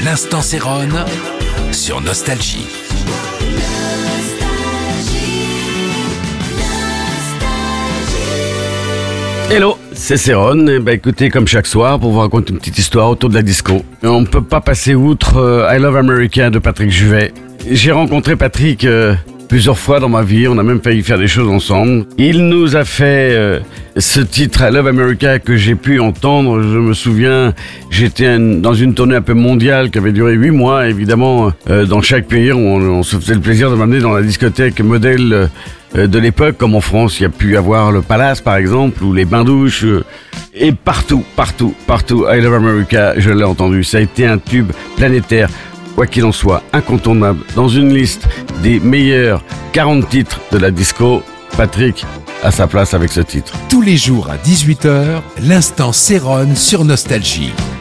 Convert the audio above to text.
L'Instant Céron sur Nostalgie. Hello, c'est Céron. Écoutez, comme chaque soir, pour vous raconter une petite histoire autour de la disco. On ne peut pas passer outre I Love America de Patrick Juvet. J'ai rencontré Patrick plusieurs fois dans ma vie, on a même failli faire des choses ensemble. Il nous a fait ce titre I Love America que j'ai pu entendre. Je me souviens, j'étais dans une tournée un peu mondiale qui avait duré 8 mois, évidemment, dans chaque pays. On se faisait le plaisir de m'amener dans la discothèque modèle de l'époque, comme en France, il y a pu avoir le Palace par exemple, ou les bains-douches, et partout, I Love America, je l'ai entendu. Ça a été un tube planétaire. Quoi qu'il en soit, incontournable dans une liste des meilleurs 40 titres de la disco. Patrick a sa place avec ce titre. Tous les jours à 18h, l'Instant Céron sur Nostalgie.